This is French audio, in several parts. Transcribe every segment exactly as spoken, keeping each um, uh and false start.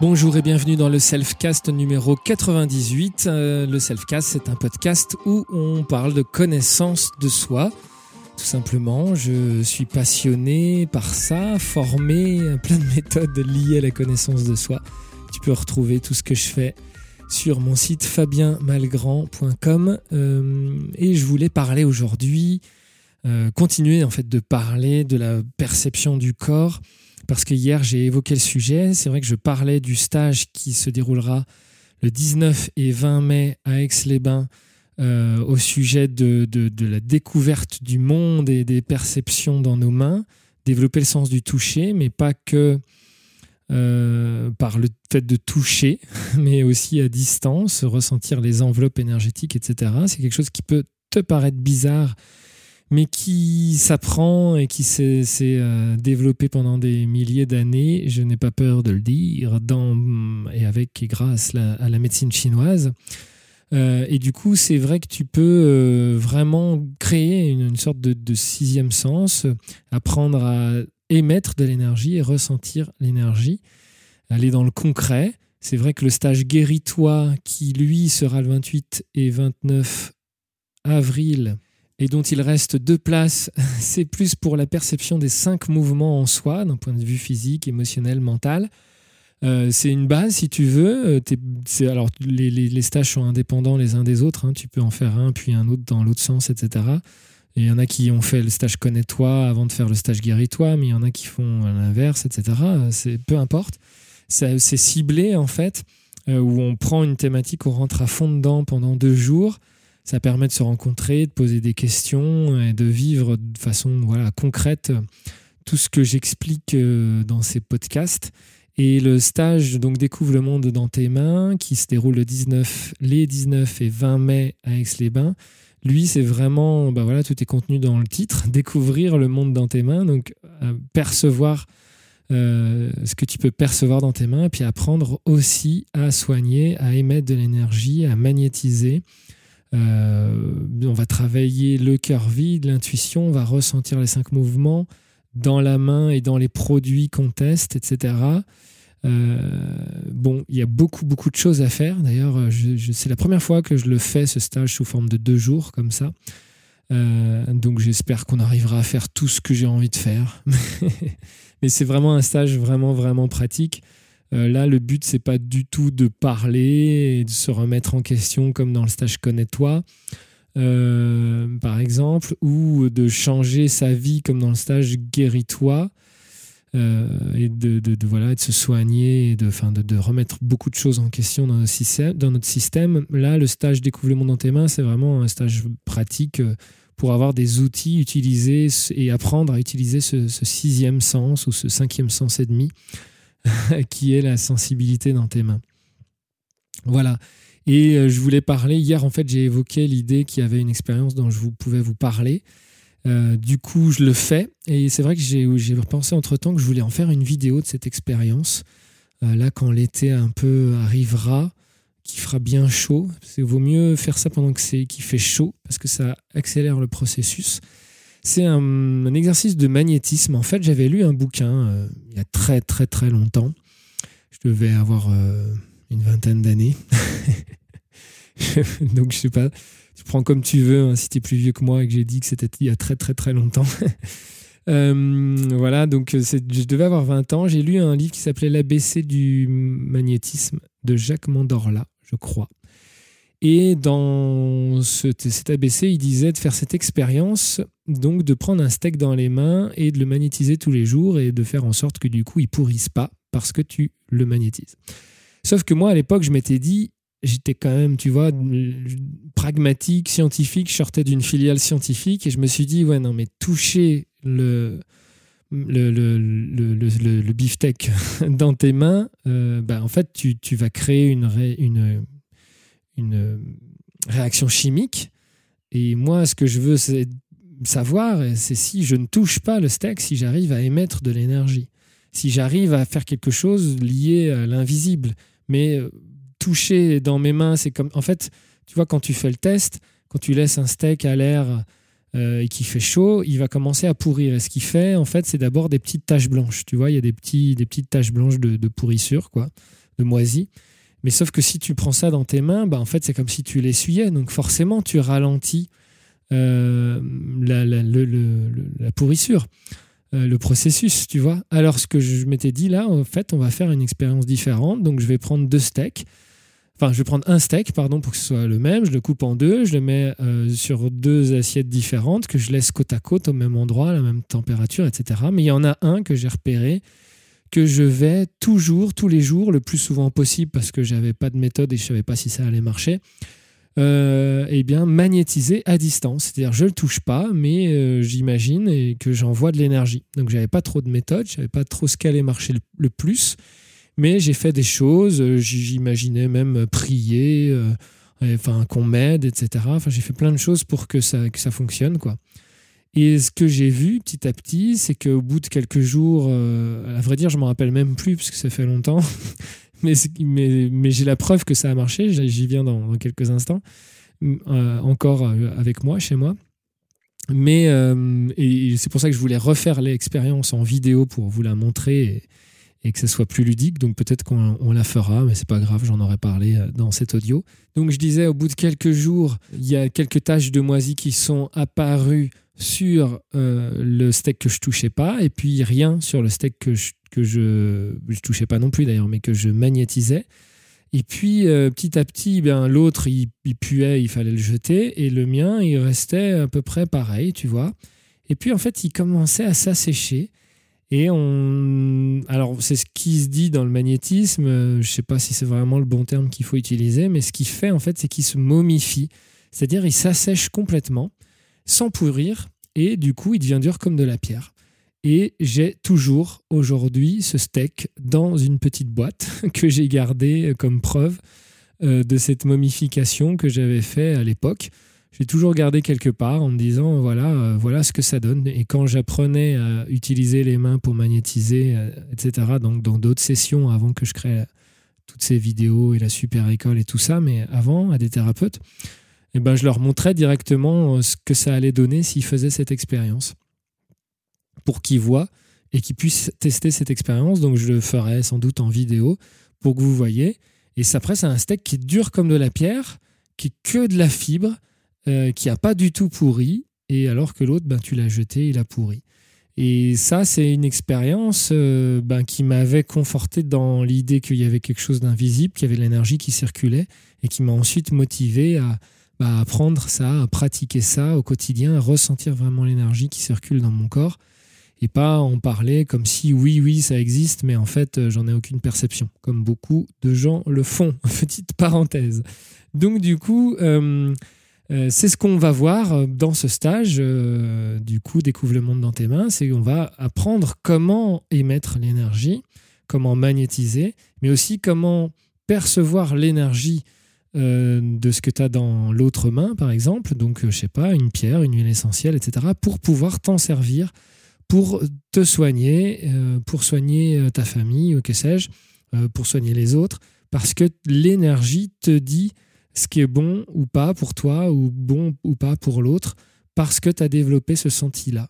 Bonjour et bienvenue dans le Selfcast numéro quatre-vingt-dix-huit. Euh, le Selfcast, c'est un podcast où on parle de connaissance de soi. Tout simplement, je suis passionné par ça, formé à plein de méthodes liées à la connaissance de soi. Tu peux retrouver tout ce que je fais sur mon site fabien malgrand point com euh, et je voulais parler aujourd'hui, euh, continuer en fait de parler de la perception du corps. Parce que hier, j'ai évoqué le sujet. C'est vrai que je parlais du stage qui se déroulera le dix-neuf et vingt mai à Aix-les-Bains euh, au sujet de, de, de la découverte du monde et des perceptions dans nos mains, développer le sens du toucher, mais pas que euh, par le fait de toucher, mais aussi à distance, ressentir les enveloppes énergétiques, et cetera. C'est quelque chose qui peut te paraître bizarre, mais qui s'apprend et qui s'est, s'est euh, développé pendant des milliers d'années, je n'ai pas peur de le dire, dans, et avec et grâce la, à la médecine chinoise. Euh, et du coup, c'est vrai que tu peux euh, vraiment créer une, une sorte de, de sixième sens, apprendre à émettre de l'énergie et ressentir l'énergie, aller dans le concret. C'est vrai que le stage Guéris-toi, qui lui sera le vingt-huit et vingt-neuf avril, et dont il reste deux places, c'est plus pour la perception des cinq mouvements en soi, d'un point de vue physique, émotionnel, mental. Euh, c'est une base, si tu veux. T'es, c'est, alors, les, les, les stages sont indépendants les uns des autres. Hein. Tu peux en faire un, puis un autre dans l'autre sens, et cetera. Et il y en a qui ont fait le stage Connais-toi avant de faire le stage Guéris-toi, mais il y en a qui font l'inverse, et cetera. C'est, peu importe. C'est, c'est ciblé, en fait, euh, où on prend une thématique, on rentre à fond dedans pendant deux jours. Ça permet de se rencontrer, de poser des questions et de vivre de façon voilà, concrète tout ce que j'explique dans ces podcasts. Et le stage donc, Découvre le monde dans tes mains, qui se déroule le dix-neuf, les dix-neuf et vingt mai à Aix-les-Bains, lui, c'est vraiment, bah voilà, tout est contenu dans le titre, découvrir le monde dans tes mains, donc euh, percevoir euh, ce que tu peux percevoir dans tes mains, et puis apprendre aussi à soigner, à émettre de l'énergie, à magnétiser. Euh, on va travailler le cœur vide, l'intuition, on va ressentir les cinq mouvements dans la main et dans les produits qu'on teste, et cetera. Euh, bon, il y a beaucoup, beaucoup de choses à faire. D'ailleurs, je, je, c'est la première fois que je le fais, ce stage, sous forme de deux jours, comme ça. Euh, donc, j'espère qu'on arrivera à faire tout ce que j'ai envie de faire. Mais c'est vraiment un stage vraiment, vraiment pratique. Euh, là, le but, c'est pas du tout de parler et de se remettre en question comme dans le stage Connais-toi, euh, par exemple, ou de changer sa vie comme dans le stage Guéris-toi, euh, et de, de, de, voilà, de se soigner et de, de, de remettre beaucoup de choses en question dans notre système. Dans notre système. Là, le stage Découvre le monde dans tes mains, c'est vraiment un stage pratique pour avoir des outils, utiliser et apprendre à utiliser ce, ce sixième sens ou ce cinquième sens et demi, qui est la sensibilité dans tes mains. Voilà. Et euh, je voulais parler, hier en fait j'ai évoqué l'idée qu'il y avait une expérience dont je vous, pouvais vous parler. Euh, du coup je le fais et c'est vrai que j'ai, j'ai repensé entre temps que je voulais en faire une vidéo de cette expérience. Euh, là quand l'été un peu arrivera, qu'il fera bien chaud, il vaut mieux faire ça pendant que c'est, qu'il fait chaud parce que ça accélère le processus. C'est un, un exercice de magnétisme. En fait, j'avais lu un bouquin euh, il y a très très très longtemps. Je devais avoir euh, une vingtaine d'années. Donc, je sais pas, tu prends comme tu veux, hein, si tu es plus vieux que moi et que j'ai dit que c'était il y a très très très longtemps. euh, voilà, donc c'est, je devais avoir vingt ans. J'ai lu un livre qui s'appelait L'A B C du magnétisme de Jacques Mandorla, je crois. Et dans ce, cet A B C, il disait de faire cette expérience, donc de prendre un steak dans les mains et de le magnétiser tous les jours et de faire en sorte que du coup, il ne pourrisse pas parce que tu le magnétises. Sauf que moi, à l'époque, je m'étais dit, j'étais quand même, tu vois, pragmatique, scientifique, je sortais d'une filiale scientifique et je me suis dit, ouais, non, mais toucher le, le, le, le, le, le, le beefsteak dans tes mains, euh, bah, en fait, tu, tu vas créer une... une une réaction chimique. Et moi, ce que je veux c'est savoir, c'est si je ne touche pas le steak, si j'arrive à émettre de l'énergie, si j'arrive à faire quelque chose lié à l'invisible. Mais toucher dans mes mains, c'est comme... En fait, tu vois, quand tu fais le test, quand tu laisses un steak à l'air euh, et qu'il fait chaud, il va commencer à pourrir. Et ce qu'il fait, en fait, c'est d'abord des petites taches blanches. Tu vois, il y a des, petits, des petites taches blanches de, de pourrissure, quoi. de moisi. Mais sauf que si tu prends ça dans tes mains, bah, en fait, c'est comme si tu l'essuyais. Donc forcément, tu ralentis euh, la, la, le, le, la pourrissure, euh, le processus, tu vois. Alors, ce que je m'étais dit là, en fait, on va faire une expérience différente. Donc, je vais prendre deux steaks. Enfin, je vais prendre un steak, pardon, pour que ce soit le même. Je le coupe en deux. Je le mets euh, sur deux assiettes différentes que je laisse côte à côte au même endroit, à la même température, et cetera. Mais il y en a un que j'ai repéré, que je vais toujours, tous les jours, le plus souvent possible, parce que je n'avais pas de méthode et je ne savais pas si ça allait marcher, euh, eh bien, magnétiser à distance. C'est-à-dire, je ne le touche pas, mais euh, j'imagine et que j'envoie de l'énergie. Donc, je n'avais pas trop de méthode, je ne savais pas trop ce qui allait marcher le, le plus, mais j'ai fait des choses, j'imaginais même prier, euh, enfin, qu'on m'aide, et cetera. Enfin, j'ai fait plein de choses pour que ça, que ça fonctionne, quoi. Et ce que j'ai vu petit à petit, c'est qu'au bout de quelques jours, euh, à vrai dire, je ne m'en rappelle même plus parce que ça fait longtemps, mais, mais, mais j'ai la preuve que ça a marché, j'y viens dans, dans quelques instants, euh, encore avec moi, chez moi. Mais euh, et c'est pour ça que je voulais refaire l'expérience en vidéo pour vous la montrer et, et que ça soit plus ludique. Donc peut-être qu'on on la fera, mais c'est pas grave, j'en aurais parlé dans cet audio. Donc je disais, au bout de quelques jours, il y a quelques taches de moisi qui sont apparues sur euh, le steak que je touchais pas, et puis rien sur le steak que je que je je touchais pas non plus d'ailleurs, mais que je magnétisais. Et puis euh, petit à petit, ben l'autre il, il puait, il fallait le jeter, et le mien il restait à peu près pareil, tu vois. Et puis en fait, il commençait à s'assécher. Et on, alors c'est ce qui se dit dans le magnétisme. Je ne sais pas si c'est vraiment le bon terme qu'il faut utiliser, mais ce qu'il fait en fait, c'est qu'il se momifie, c'est-à-dire il s'assèche complètement, sans pourrir, et du coup il devient dur comme de la pierre. Et j'ai toujours aujourd'hui ce steak dans une petite boîte que j'ai gardée comme preuve euh, de cette momification que j'avais fait à l'époque. J'ai toujours gardé quelque part en me disant voilà, euh, voilà ce que ça donne. Et quand j'apprenais à utiliser les mains pour magnétiser, euh, et cetera, donc dans d'autres sessions avant que je crée toutes ces vidéos et la super école et tout ça, mais avant à des thérapeutes, eh ben, je leur montrais directement ce que ça allait donner s'ils faisaient cette expérience, pour qu'ils voient et qu'ils puissent tester cette expérience. Donc je le ferai sans doute en vidéo pour que vous voyez. Et après, c'est un steak qui est dur comme de la pierre, qui est que de la fibre, euh, qui n'a pas du tout pourri, et alors que l'autre, ben, tu l'as jeté, il a pourri. Et ça, c'est une expérience euh, ben, qui m'avait conforté dans l'idée qu'il y avait quelque chose d'invisible, qu'il y avait de l'énergie qui circulait, et qui m'a ensuite motivé à Bah, apprendre ça, à pratiquer ça au quotidien, à ressentir vraiment l'énergie qui circule dans mon corps, et pas en parler comme si oui, oui, ça existe, mais en fait, j'en ai aucune perception, comme beaucoup de gens le font. Petite parenthèse. Donc du coup, euh, euh, c'est ce qu'on va voir dans ce stage, euh, du coup, Découvre le monde dans tes mains, c'est qu'on va apprendre comment émettre l'énergie, comment magnétiser, mais aussi comment percevoir l'énergie Euh, de ce que tu as dans l'autre main, par exemple, donc, euh, je sais pas, une pierre, une huile essentielle, et cetera, pour pouvoir t'en servir, pour te soigner, euh, pour soigner ta famille, ou que sais-je, euh, pour soigner les autres, parce que l'énergie te dit ce qui est bon ou pas pour toi, ou bon ou pas pour l'autre, parce que tu as développé ce senti-là.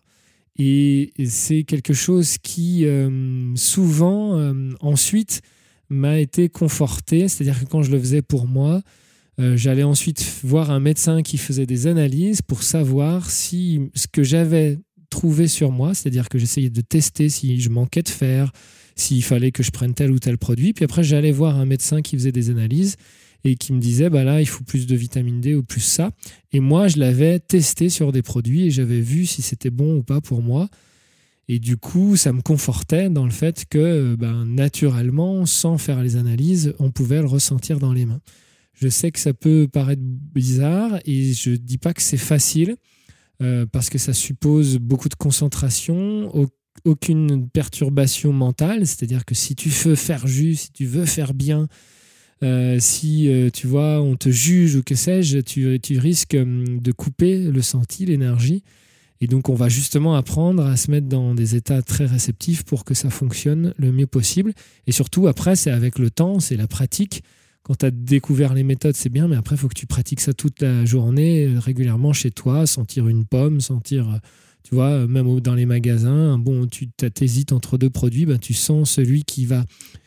Et c'est quelque chose qui, euh, souvent, euh, ensuite, m'a été conforté, c'est-à-dire que quand je le faisais pour moi, euh, j'allais ensuite voir un médecin qui faisait des analyses pour savoir si ce que j'avais trouvé sur moi, c'est-à-dire que j'essayais de tester si je manquais de fer, s'il fallait que je prenne tel ou tel produit, puis après j'allais voir un médecin qui faisait des analyses et qui me disait bah là il faut plus de vitamine D ou plus ça, et moi je l'avais testé sur des produits et j'avais vu si c'était bon ou pas pour moi. Et du coup, ça me confortait dans le fait que ben, naturellement, sans faire les analyses, on pouvait le ressentir dans les mains. Je sais que ça peut paraître bizarre et je ne dis pas que c'est facile euh, parce que ça suppose beaucoup de concentration, aucune perturbation mentale. C'est-à-dire que si tu veux faire juste, si tu veux faire bien, euh, si euh, tu vois, on te juge ou que sais-je, tu, tu risques de couper le senti, l'énergie. Et donc, on va justement apprendre à se mettre dans des états très réceptifs pour que ça fonctionne le mieux possible. Et surtout, après, c'est avec le temps, c'est la pratique. Quand tu as découvert les méthodes, c'est bien, mais après, il faut que tu pratiques ça toute la journée, régulièrement chez toi, sentir une pomme, sentir, tu vois, même dans les magasins, bon, tu t'hésites entre deux produits, ben, tu sens celui qui va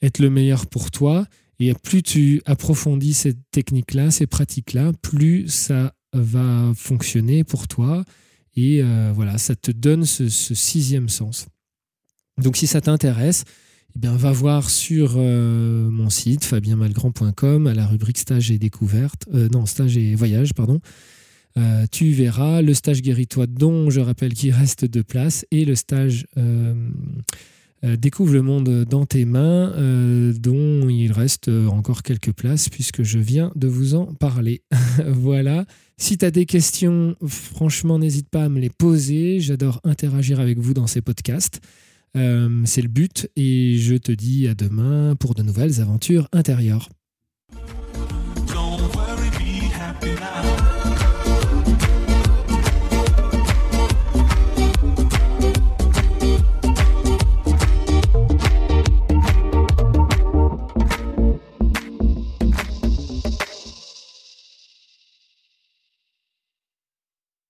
être le meilleur pour toi. Et plus tu approfondis cette technique-là, ces pratiques-là, plus ça va fonctionner pour toi. Et euh, voilà, ça te donne ce, ce sixième sens. Donc si ça t'intéresse, eh bien, va voir sur euh, mon site fabien malgrand point com à la rubrique stage et découverte, euh, non, stage et voyage, pardon. Euh, tu verras le stage Guéris-toi dont je rappelle qu'il reste deux places et le stage euh, euh, Découvre le monde dans tes mains euh, dont il reste encore quelques places puisque je viens de vous en parler. Voilà. Si tu as des questions, franchement, n'hésite pas à me les poser. J'adore interagir avec vous dans ces podcasts. Euh, c'est le but et je te dis à demain pour de nouvelles aventures intérieures. Don't worry, be happy now.